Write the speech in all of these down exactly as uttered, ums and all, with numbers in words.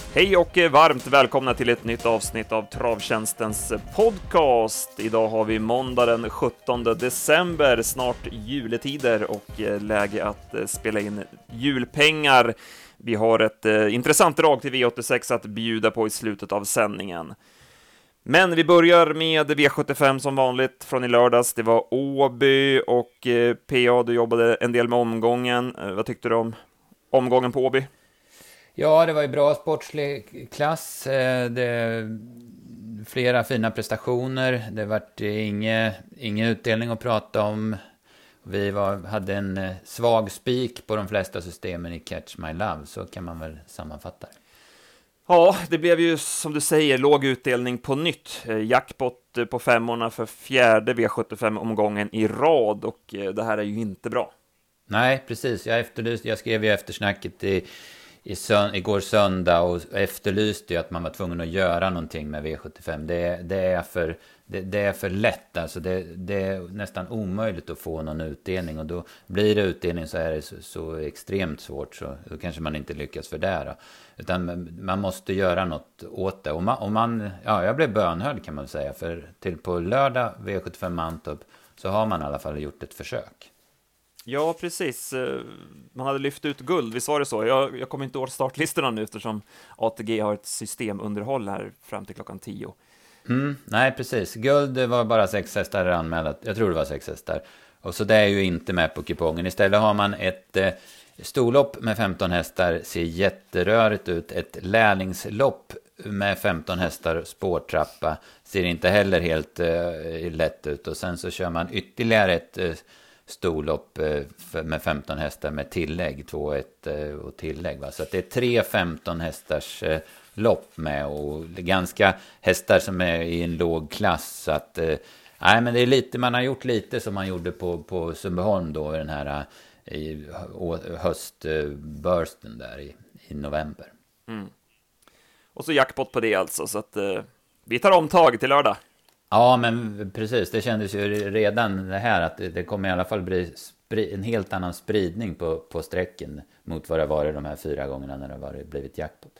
Hej och varmt välkomna till ett nytt avsnitt av Travtjänstens podcast. Idag har vi måndag den sjuttonde december, snart juletider och läge att spela in julpengar. Vi har ett eh, intressant drag till V åttiosex att bjuda på i slutet av sändningen. Men vi börjar med V sjuttiofem som vanligt från i lördags. Det var Åby och eh, P A, du jobbade en del med omgången. Eh, vad tyckte du om omgången på Åby? Ja, det var ju bra sportslig klass. Det, flera fina prestationer. Det var ingen, ingen utdelning att prata om. Vi var, hade en svag spik på de flesta systemen i Catch My Love. Så kan man väl sammanfatta det. Ja, det blev ju som du säger låg utdelning på nytt. Jackpot på femmorna för fjärde V sjuttiofem-omgången i rad. Och det här är ju inte bra. Nej, precis. Jag, efterlyste, jag skrev ju eftersnacket i... I sön- igår söndag och efterlyste ju att man var tvungen att göra någonting med V sjuttiofem. Det, det, är, för, det, det är för lätt. Alltså det, det är nästan omöjligt att få någon utdelning. Och då blir det utdelning så är det så, så extremt svårt. Så då kanske man inte lyckas för det då. Utan man måste göra något åt det. Och man, och man, ja, jag blev bönhörd kan man säga. För till på lördag V sjuttiofem Mantorp så har man i alla fall gjort ett försök. Ja, precis. Man hade lyft ut guld, visst var det så? Jag, jag kommer inte ihåg startlistorna nu eftersom A T G har ett systemunderhåll här fram till klockan tio. Mm, nej, precis. Guld var bara sex hästar anmält. Jag tror det var sex hästar. Och så det är ju inte med på kupongen. Istället har man ett eh, storlopp med femton hästar. Ser jätterörigt ut. Ett lärlingslopp med femton hästar spårtrappa. Ser inte heller helt eh, lätt ut. Och sen så kör man ytterligare ett... Eh, storlopp med femton hästar med tillägg, två ett och tillägg. Va? Så att det är tre femton hästars lopp med och ganska hästar som är i en låg klass. Så att, nej, men det är lite, man har gjort lite som man gjorde på, på Sundbyholm då i den här i höstbursten där i, i november. Mm. Och så jackpot på det alltså, så att eh, vi tar omtag till lördag. Ja, men precis. Det kändes ju redan det här att det, det kommer i alla fall bli spri, en helt annan spridning på, på sträcken mot vad det var i de här fyra gångerna när det var blivit jackpot.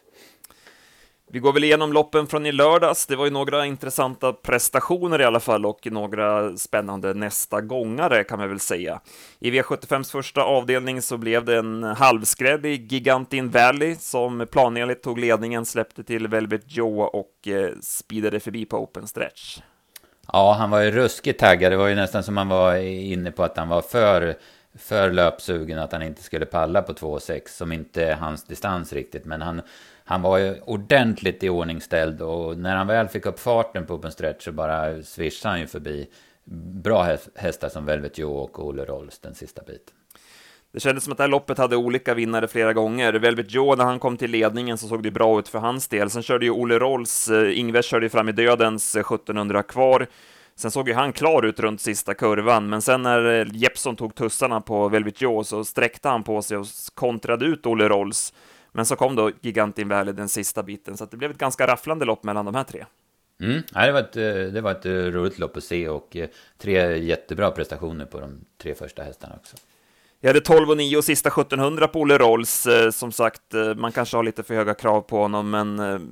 Vi går väl igenom loppen från i lördags. Det var ju några intressanta prestationer i alla fall och några spännande nästa gångare kan man väl säga. I V sjuttiofems första avdelning så blev det en halvskrädd i Gigantin Valley som planenligt tog ledningen, släppte till Velvet Joe och eh, speedade förbi på open stretch. Ja, han var ju ruskigt taggad. Det var ju nästan som man var inne på att han var för, för löpsugen, att han inte skulle palla på två sex, som inte är hans distans riktigt. Men han, han var ju ordentligt i ordningställd och när han väl fick upp farten på open stretch så bara swishade han ju förbi bra hästar som Velvet Joe och Ole Rolls den sista biten. Det kändes som att det här loppet hade olika vinnare flera gånger. Velvet Joe, när han kom till ledningen så såg det bra ut för hans del. Sen körde ju Ole Rolls, Ingves körde ju fram i dödens sjuttonhundra kvar. Sen såg ju han klar ut runt sista kurvan, men sen när Jeppson tog tussarna på Velvet Joe så sträckte han på sig och kontrade ut Ole Rolls. Men så kom då Gigantin Valley den sista biten, så att det blev ett ganska rafflande lopp mellan de här tre. Mm, ja, det, var ett, det var ett roligt lopp att se och tre jättebra prestationer på de tre första hästarna också. Jag hade tolv och nio och sista sjuttonhundra på Ole Rolls. Som sagt, man kanske har lite för höga krav på honom, men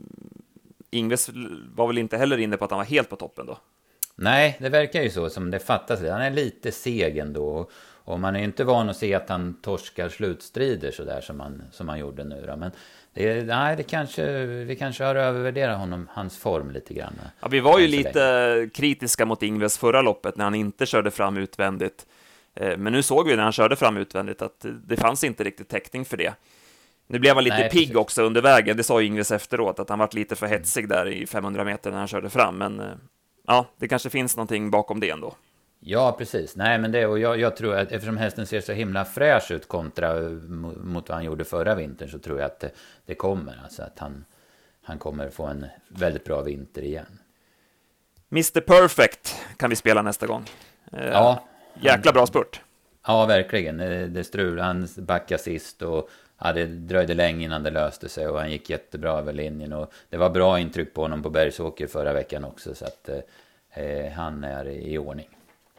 Ingves var väl inte heller inne på att han var helt på toppen då. Nej, det verkar ju så som det fattas. Han är lite seg ändå. Och man är ju inte van att se att han torskar slutstrider så där som man, som man gjorde nu då. Men det, nej, det kanske, vi kanske har övervärderat honom, hans form lite grann. Ja, vi var ju lite kritiska mot Ingves förra loppet när han inte körde fram utvändigt. Men nu såg vi när han körde fram utvändigt att det fanns inte riktigt täckning för det. Nu blev han lite Nej, pigg precis. också under vägen. Det sa ju Ingves efteråt, att han var lite för hetsig där i femhundra meter när han körde fram. Men ja, det kanske finns någonting bakom det ändå. Ja, precis. Nej, men det, och jag, jag tror att eftersom hästen ser så himla fräsch ut kontra mot vad han gjorde förra vintern, så tror jag att det, det kommer. Alltså att han, han kommer få en väldigt bra vinter igen. mister Perfect kan vi spela nästa gång. Ja. Jäkla bra spurt. Ja, verkligen. Det strul. Han backade sist och ja, det dröjde länge innan det löste sig och han gick jättebra över linjen. Och det var bra intryck på honom på Bergsåker förra veckan också, så att eh, han är i ordning.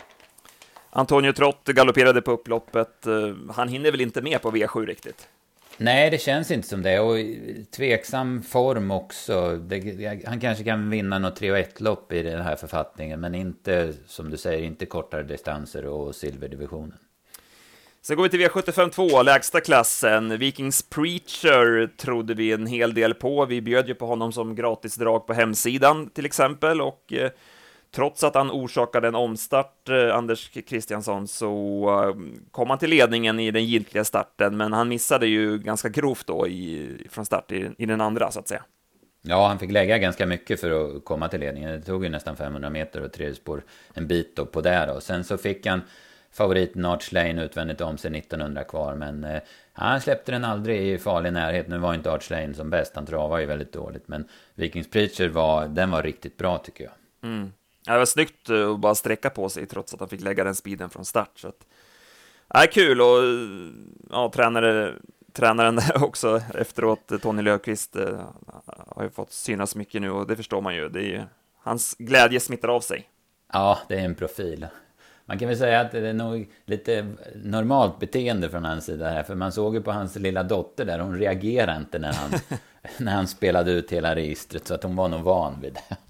Antonio Trott galopperade på upploppet. Han hinner väl inte med på V sju riktigt? Nej, det känns inte som det. Och tveksam form också. Det, han kanske kan vinna något tre och ett-lopp i den här författningen. Men inte, som du säger, inte kortare distanser och silverdivisionen. Sen går vi till V sjuttiofem två, lägsta klassen. Vikings Preacher trodde vi en hel del på. Vi bjöd ju på honom som gratisdrag på hemsidan till exempel. Och eh, trots att han orsakade en omstart, eh, Anders Kristiansson, så eh, kom han till ledningen i den giltiga starten. Men han missade ju ganska grovt då i, från start i, i den andra, så att säga. Ja, han fick lägga ganska mycket för att komma till ledningen. Det tog ju nästan femhundra meter och tredje spår en bit då på där. Och sen så fick han favoriten Arch Lane utvändigt om sig nittonhundra kvar. Men eh, han släppte den aldrig i farlig närhet. Nu var inte Arch Lane som bäst, han travade ju väldigt dåligt. Men Vikings Preacher var, den var riktigt bra tycker jag. Mm. Ja, det var snyggt att bara sträcka på sig trots att han fick lägga den speeden från start. Så att, ja, kul, och ja, tränare, tränaren också efteråt, Tony Löfqvist, eh, har ju fått synas mycket nu och det förstår man ju. Det är ju hans glädje smittar av sig. Ja, det är en profil. Man kan väl säga att det är nog lite normalt beteende från hans sida här. För man såg ju på hans lilla dotter där, hon reagerade inte när han, när han spelade ut hela registret. Så att hon var nog van vid det.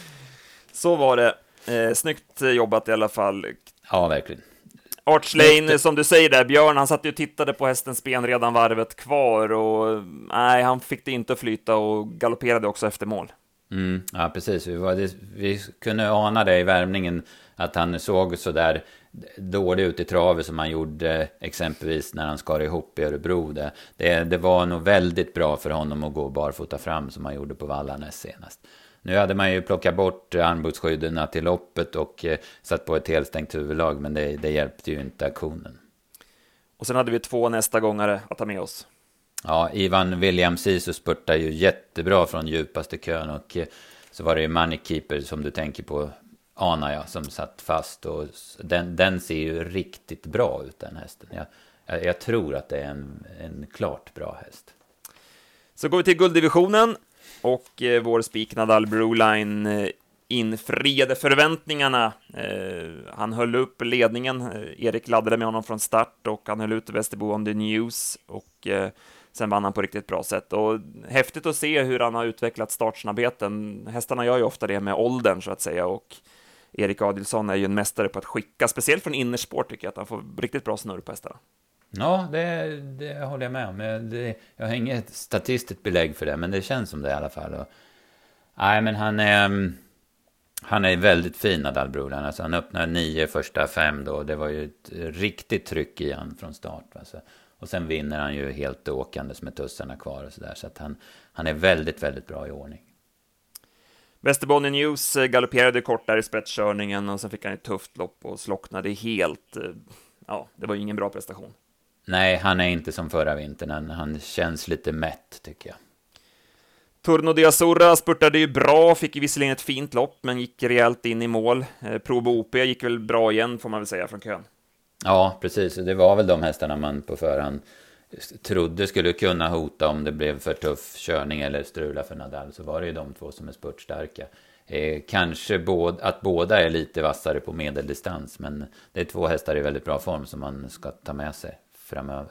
Så var det. Eh, snyggt jobbat i alla fall. Ja, verkligen. Arch Lane, som du säger där, Björn, han satt ju och tittade på hästens ben redan varvet kvar. Och nej, han fick det inte att flyta och galopperade också efter mål. Mm, ja, precis. Vi, var, det, vi kunde ana det i värmningen att han såg så där dålig ut i travet som han gjorde exempelvis när han skar ihop i Örebro. Det, det, det var nog väldigt bra för honom att gå barfota fram som han gjorde på Vallarnäs senast. Nu hade man ju plockat bort armbågsskydden till loppet och eh, satt på ett helstängt huvudlag, men det, det hjälpte ju inte aktionen. Och sen hade vi två nästa gångare att ta med oss. Ja, Ivan Williams Sisu spurtar ju jättebra från djupaste kön och eh, så var det ju Moneykeeper som du tänker på, anar jag, som satt fast och den, den ser ju riktigt bra ut, den hästen. Jag, jag, jag tror att det är en, en klart bra häst. Så går vi till gulddivisionen och eh, vår spik Nadal Broline eh, infriade förväntningarna. Eh, han höll upp ledningen, eh, Erik laddade med honom från start och han höll ut Västerbo on the news och eh, sen vann han på riktigt bra sätt. Och häftigt att se hur han har utvecklat startsnabbheten. Hästarna gör ju ofta det med åldern så att säga, och Erik Adilsson är ju en mästare på att skicka, speciellt från innersport tycker jag, att han får riktigt bra snurr på hästarna. Ja, det, det håller jag med om. Det, jag har inget statistiskt belägg för det, men det känns som det i alla fall. Och, nej, men han är, han är väldigt fin, Nadal Broline. Alltså, han öppnar nio första fem då. Det var ju ett riktigt tryck i han från start. Alltså. Och sen vinner han ju helt åkandes med tussarna kvar och sådär. Så att han, han är väldigt, väldigt bra i ordning. Västerbonny News galopperade kort där i spetskörningen och sen fick han ett tufft lopp och slocknade helt. Ja, det var ju ingen bra prestation. Nej, han är inte som förra vintern. Han, han känns lite mätt, tycker jag. Turno de Azurra spurtade ju bra, fick ju visserligen ett fint lopp, men gick rejält in i mål. Probo O P gick väl bra igen, får man väl säga, från kön. Ja, precis. Det var väl de hästarna man på förhand trodde skulle kunna hota om det blev för tuff körning eller strula för Nadal. Så var det ju de två som är spurtstarka. Eh, kanske båd, att båda är lite vassare på medeldistans, men det är två hästar i väldigt bra form som man ska ta med sig framöver.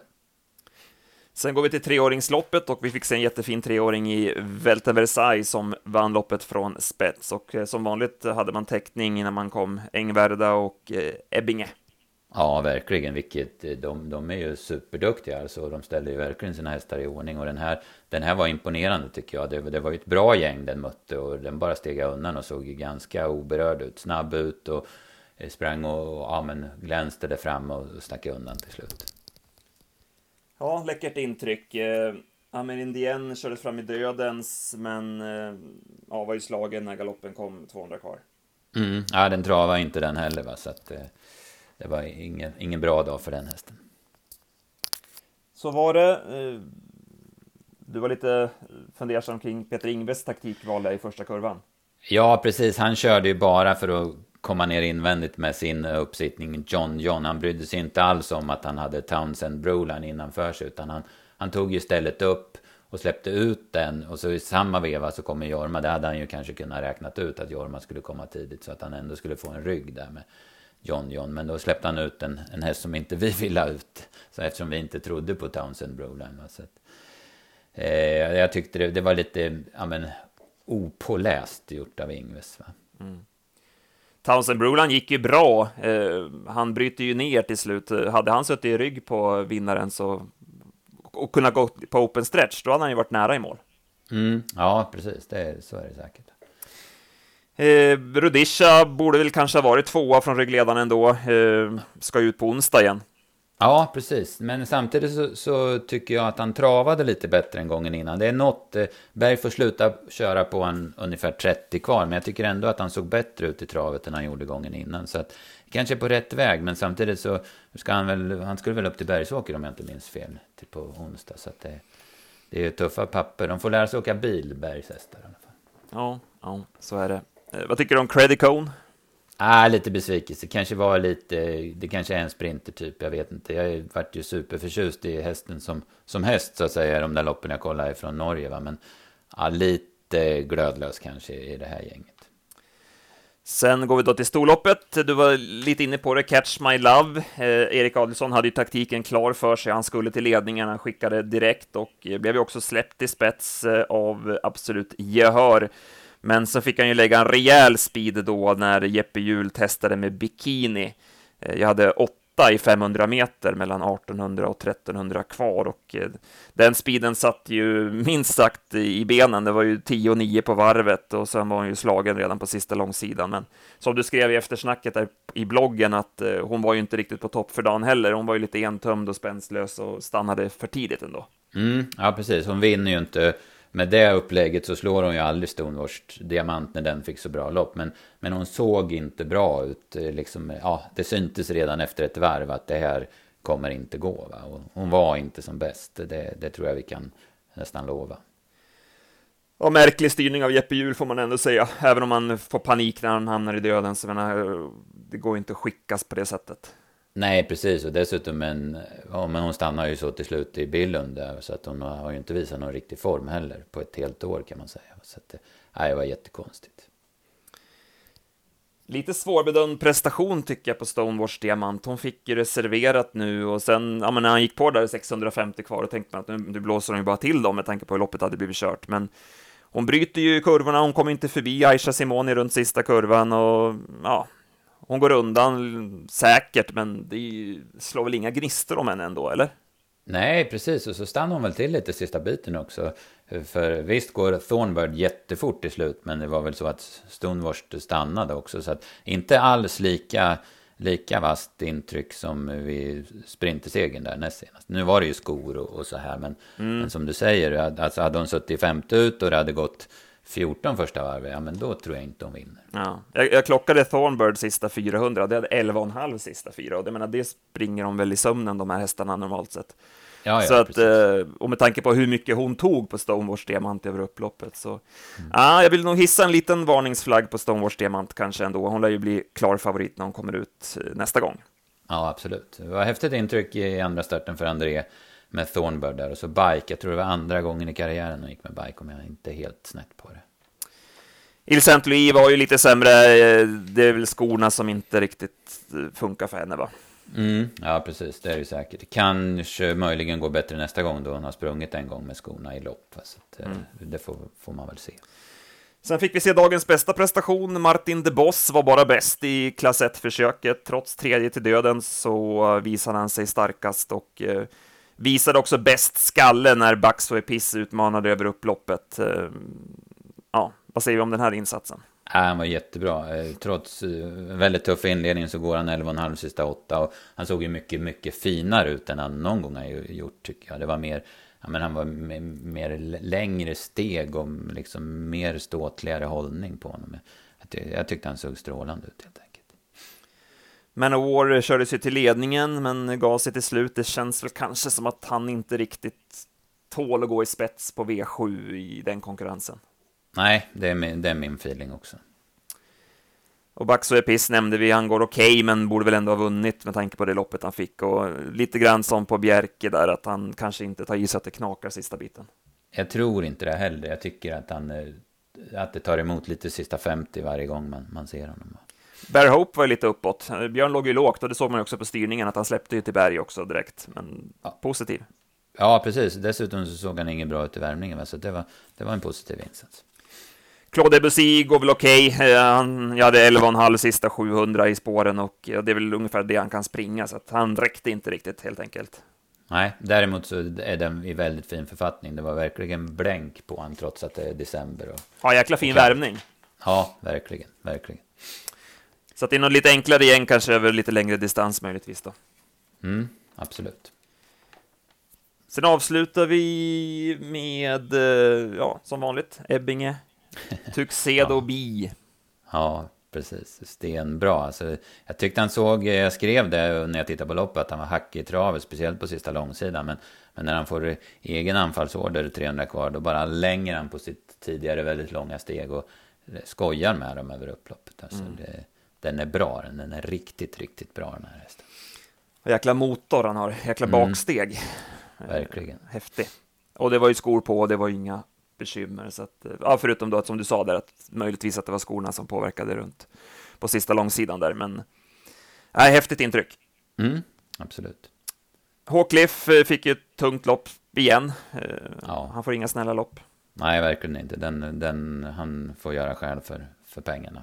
Sen går vi till treåringsloppet och vi fick se en jättefin treåring i Velten Versailles som vann loppet från spets. Och eh, som vanligt hade man täckning när man kom Engvärda och eh, Ebbinge. Ja, verkligen. Vilket, de, de är ju superduktiga. Alltså, de ställer ju verkligen sina hästar i ordning. Och den här, den här var imponerande tycker jag. Det, det var ju ett bra gäng den mötte. Och den bara steg undan och såg ganska oberörd ut. Snabb ut och sprang och ja, men glänste där fram och stack undan till slut. Ja, läckert intryck. Eh, Amerindien kördes fram i dödens, men eh, ja, var ju slagen när galoppen kom tvåhundra kvar. Mm, ja, den travade inte den heller, va? Så att, eh, det var ingen, ingen bra dag för den hästen. Så var det. Eh, du var lite fundersam kring Peter Ingves taktikval där i första kurvan. Ja, precis. Han körde ju bara för att komma ner invändigt med sin uppsittning John John. Han brydde sig inte alls om att han hade Townsend Broline innanför sig, utan han, han tog ju istället upp och släppte ut den. Och så i samma veva så kommer Jorma. Det hade han ju kanske kunnat räknat ut att Jorma skulle komma tidigt så att han ändå skulle få en rygg där med John John. Men då släppte han ut en, en häst som inte vi ville ha ut. Så eftersom vi inte trodde på Townsend Broline. Så att, eh, jag tyckte det, det var lite ja, men, opåläst gjort av Ingves. Va? Mm. Townsend Broline gick ju bra. Eh, han bryter ju ner till slut. Hade han suttit i rygg på vinnaren så och kunna gå på open stretch, då hade han ju varit nära i mål. Mm, ja, precis. Det är, så är det säkert. Eh, Rudisha borde väl kanske ha varit tvåa från ryggledaren ändå. Eh, ska ut på onsdag igen. Ja, precis. Men samtidigt så, så tycker jag att han travade lite bättre än gången innan. Det är något, eh, Berg får sluta köra på en ungefär trettio kvar, men jag tycker ändå att han såg bättre ut i travet än han gjorde gången innan. Så att, kanske på rätt väg, men samtidigt så ska han väl, han skulle väl upp till Bergsåker om jag inte minns fel, till på onsdag. Så att det, det är tuffa papper. De får lära sig åka bil, Bergs hästar i alla fall. Ja, ja, så är det. Eh, vad tycker du om Credicone? Ah, lite besvikelse. Kanske var lite, det kanske är en sprinter typ, jag vet inte. Jag varit ju superförtjust i hästen som, som häst så att säga, de där loppen jag kollade från Norge. Va? Men ah, lite glödlös kanske i det här gänget. Sen går vi då till storloppet. Du var lite inne på det, Catch My Love. Eh, Erik Adelsson hade ju taktiken klar för sig. Han skulle till ledningen, han skickade direkt och blev ju också släppt i spets eh, av Absolut Gehör. Men så fick han ju lägga en rejäl speed då när Jeppe Hjul testade med Bikini. Jag hade åtta i femhundra meter mellan artonhundra och trettonhundra kvar och den speeden satt ju minst sagt i benen. Det var ju tio och nio på varvet och sen var hon ju slagen redan på sista långsidan. Men som du skrev i eftersnacket där i bloggen att hon var ju inte riktigt på topp för dagen heller. Hon var ju lite entömd och spänslös och stannade för tidigt ändå. Mm, ja, precis. Hon vinner ju inte. Med det upplägget så slår hon ju aldrig Stonewashed Diamant när den fick så bra lopp. Men, men hon såg inte bra ut. Liksom, ja, det syntes redan efter ett varv att det här kommer inte gå. Va? Och hon var inte som bäst. Det, det tror jag vi kan nästan lova. Och märklig styrning av Jeppe Hjul får man ändå säga. Även om man får panik när han hamnar i döden. Så menar, det går inte att skickas på det sättet. Nej, precis. Och dessutom, en, ja, men hon stannar ju så till slut i Billund där, så att hon har ju inte visat någon riktig form heller på ett helt år kan man säga. Så att, nej, det var jättekonstigt. Lite svårbedömd prestation tycker jag på Stonewashed Diamant. Hon fick ju reserverat nu och sen, ja men när han gick på där sexhundrafemtio kvar och tänkte man att nu, nu blåser de ju bara till dem med tanke på hur loppet hade blivit kört. Men hon bryter ju kurvorna, hon kommer inte förbi Aisha Simoni runt sista kurvan och ja... Hon går undan säkert, men det slår väl inga gnistor om henne ändå, eller? Nej, precis. Och så stannar hon väl till lite sista biten också. För visst går Thornbird jättefort i slut, men det var väl så att Stonewashed stannade också. Så att inte alls lika, lika vast intryck som vid sprintersegen där näst senast. Nu var det ju skor och, och så här, men, mm. men som du säger, alltså hade hon suttit i femte ut och det hade gått fjorton första varvet, ja men då tror jag inte de vinner. Ja, jag, jag klockade Thornbird sista fyrahundra, det hade elva och en halv sista fyra, och det, menar, det springer de väl i sömnen de här hästarna normalt sett. Ja, ja, så att, eh, och med tanke på hur mycket hon tog på Stonewashed Diamant över upploppet så, mm. ja, jag vill nog hissa en liten varningsflagg på Stonewashed Diamant kanske ändå. Hon lär ju bli klar favorit när hon kommer ut nästa gång. Ja, absolut. Det var häftigt intryck i andra starten för André med Thornbird där, och så bike, jag tror det var andra gången i karriären hon gick med bike om jag inte är helt snett på det. Il Saint Louis var ju lite sämre, det är väl skorna som inte riktigt funkar för henne va? Mm, ja precis, det är ju säkert. Kanske möjligen går bättre nästa gång då hon har sprungit en gång med skorna i lopp. Så att, mm. det får, får man väl se. Sen fick vi se dagens bästa prestation. Martin de Boss var bara bäst i klass ett-försöket. Trots tredje till döden så visade han sig starkast och eh, visade också bäst skalle när Bax och Episs utmanade över upploppet. Eh, ja, vad säger vi om den här insatsen? Ja, han var jättebra. Trots väldigt tuff inledning så går han elva och en halv sista åtta. Och han såg ju mycket, mycket finare ut än han någon gång har gjort tycker jag. Det var mer, ja, men han var mer, mer längre steg och liksom mer ståtligare hållning på honom. Jag, jag tyckte han såg strålande ut helt enkelt. Men War körde sig till ledningen men gav sig till slut. Det känns väl kanske som att han inte riktigt tål att gå i spets på V sju i den konkurrensen. Nej, det är, min, det är min feeling också. Och Bax och Episs nämnde vi, han går okej okay, men borde väl ändå ha vunnit med tanke på det loppet han fick. Och lite grann som på Bjerke där, att han kanske inte tar i så att det knakar sista biten. Jag tror inte det heller. Jag tycker att, han, att det tar emot lite sista femtio varje gång man, man ser honom. Bear Hope var ju lite uppåt. Björn låg ju lågt och det såg man ju också på styrningen att han släppte ju till berg också direkt. Men ja. Positiv. Ja, precis. Dessutom så såg han inget bra ut i värmningen. Så det var, det var en positiv insats. Claude Debussy går väl okej. Okay. Han hade elva komma fem sista sjuhundra i spåren och det är väl ungefär det han kan springa. Så att han räckte inte riktigt helt enkelt. Nej, däremot så är den i väldigt fin författning. Det var verkligen blänk på han trots att det är december. Och, ja, jäkla fin värmning. Ja, verkligen, verkligen. Så att det är något lite enklare igen, kanske över lite längre distans möjligtvis då. Mm, absolut. Sen avslutar vi med, ja, som vanligt, Ebbinge, Tuxedo ja. Bi. Ja, precis. Stenbra. Alltså, jag tyckte han såg, jag skrev det när jag tittade på loppet, att han var hackig i travet, speciellt på sista långsidan. Men, men när han får egen anfallsorder trehundra kvar, då bara länger han på sitt tidigare väldigt långa steg och skojar med dem över upploppet. Alltså, mm. det, den är bra, den är riktigt, riktigt bra den här hästen. Jäkla motor han har, jäkla baksteg. Mm. Verkligen. Häftig. Och det var ju skor på och det var ju inga bekymmer. Så att, ja, förutom då att som du sa där, att möjligtvis att det var skorna som påverkade runt på sista långsidan där. Men ja, häftigt intryck. Mm, absolut. Håkliff fick ju ett tungt lopp igen. Ja. Han får inga snälla lopp. Nej, verkligen inte. Den, den, han får göra själv för, för pengarna.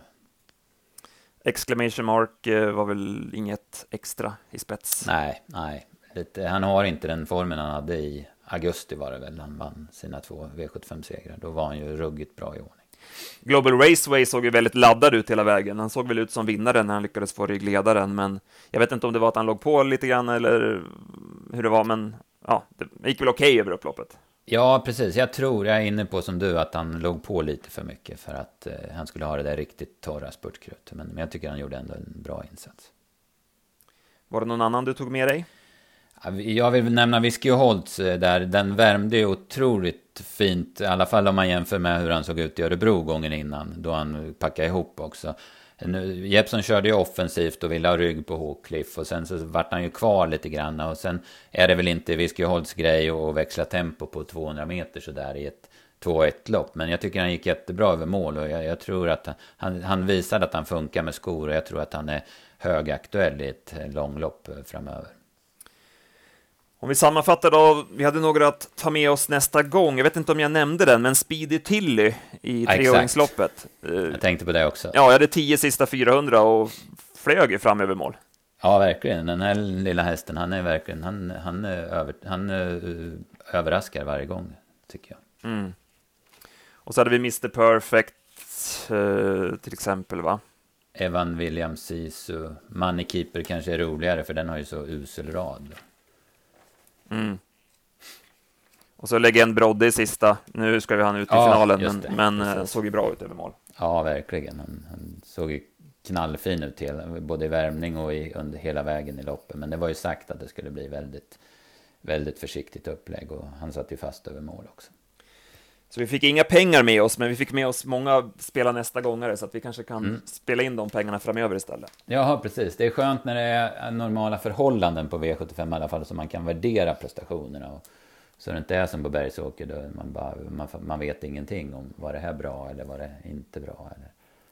Exclamation mark var väl inget extra i spets. Nej, nej. Lite, han har inte den formen han hade i augusti var det väl. Han vann sina två V sjuttiofem-segrar. Då var han ju ruggigt bra i ordning. Global Raceway såg ju väldigt laddad ut hela vägen. Han såg väl ut som vinnare när han lyckades få ryggledaren. Men jag vet inte om det var att han låg på lite grann eller hur det var. Men ja, det gick väl okej okay över upploppet. Ja, precis. Jag tror, jag är inne på som du, att han låg på lite för mycket för att eh, han skulle ha det där riktigt torra spurtkrutet. Men, men jag tycker han gjorde ändå en bra insats. Var det någon annan du tog med dig? Jag vill nämna Whiskey och Holtz där. Den värmde ju otroligt fint, i alla fall om man jämför med hur han såg ut i Örebro gången innan, då han packade ihop också. Jeppson körde ju offensivt och ville ha rygg på Håkliff och sen så vart han ju kvar lite grann och sen är det väl inte Whiskey och Holtz grej att växla tempo på tvåhundra meter så där i ett två ett lopp, men jag tycker han gick jättebra över mål och jag, jag tror att han, han visade att han funkar med skor och jag tror att han är högaktuell i ett långlopp framöver. Om vi sammanfattar då, vi hade några att ta med oss nästa gång. Jag vet inte om jag nämnde den, men Speedy Tilly i treåringsloppet. Jag tänkte på det också. Ja, jag hade tio sista fyrahundra och flög fram över mål. Ja, verkligen. Den här lilla hästen, han är verkligen, han, han, är över, han är överraskar varje gång, tycker jag. Mm. Och så hade vi mister Perfect, eh, till exempel, va? Evan Williams Sisu. Money Keeper kanske är roligare, för den har ju så usel rad. Mm. Och så Legend Brodde i sista. Nu ska vi ha han ut i ja, finalen, men, men såg ju bra ut över mål. Ja, verkligen. Han, han såg ju knallfin ut hela, både i värmning och i, under hela vägen i loppet. Men det var ju sagt att det skulle bli väldigt, väldigt försiktigt upplägg och han satt ju fast över mål också. Så vi fick inga pengar med oss, men vi fick med oss många spela nästa gångare så att vi kanske kan mm. spela in de pengarna framöver istället. Ja, precis. Det är skönt när det är normala förhållanden på V sjuttiofem i alla fall, så man kan värdera prestationerna. Och så det inte är som på Bergsåker, då man, bara, man, man vet ingenting om var det här bra eller var det inte bra. Eller...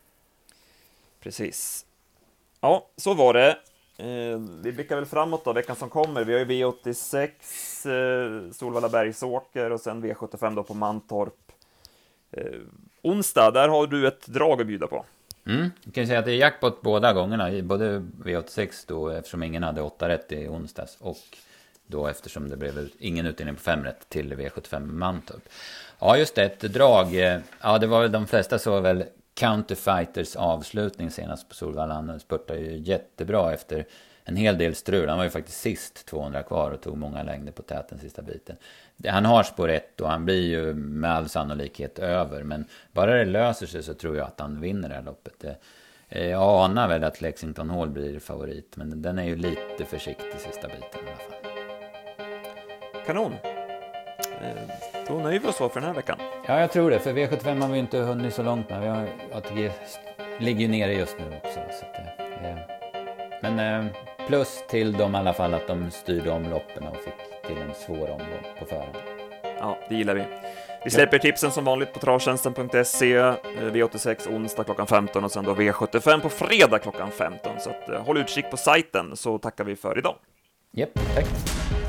Precis. Ja, så var det. Eh, vi blickar väl framåt då, veckan som kommer. Vi har ju V åttiosex, eh, Solvalla Bergsåker och sen V sjuttiofem då på Mantorp. Eh, onsdag, där har du ett drag att bjuda på. Mm, jag kan säga att det är jackpot båda gångerna, både V åttiosex då eftersom ingen hade åtta rätt i onsdags och då eftersom det blev ingen utdelning på fem rätt till V sjuttiofem Mantorp. Ja, just det, ett drag. Ja, det var väl de flesta så väl Counterfighters avslutning senast på Solvalla. Han spurtade ju jättebra efter en hel del strul. Han var ju faktiskt sist tvåhundra kvar och tog många längder på täten sista biten. Han har spår ett och han blir ju med all sannolikhet över. Men bara det löser sig så tror jag att han vinner det här loppet. Jag anar väl att Lexington Hall blir favorit, men den är ju lite försiktig sista biten i alla fall. Kanon! Då nöjer vi oss så för den här veckan. Ja, jag tror det. För V sjuttiofem har vi inte hunnit så långt med. Vi har, A T G ligger ju nere just nu också. Så att, eh, men eh, plus till dem i alla fall att de styrde om loppen och fick till en svår omgång på förhand. Ja, det gillar vi. Vi släpper tipsen som vanligt på travtjänsten punkt se, V åttiosex onsdag klockan femton och sen då V sjuttiofem på fredag klockan femton. Så att, håll utkik på sajten, så tackar vi för idag. Japp, tack.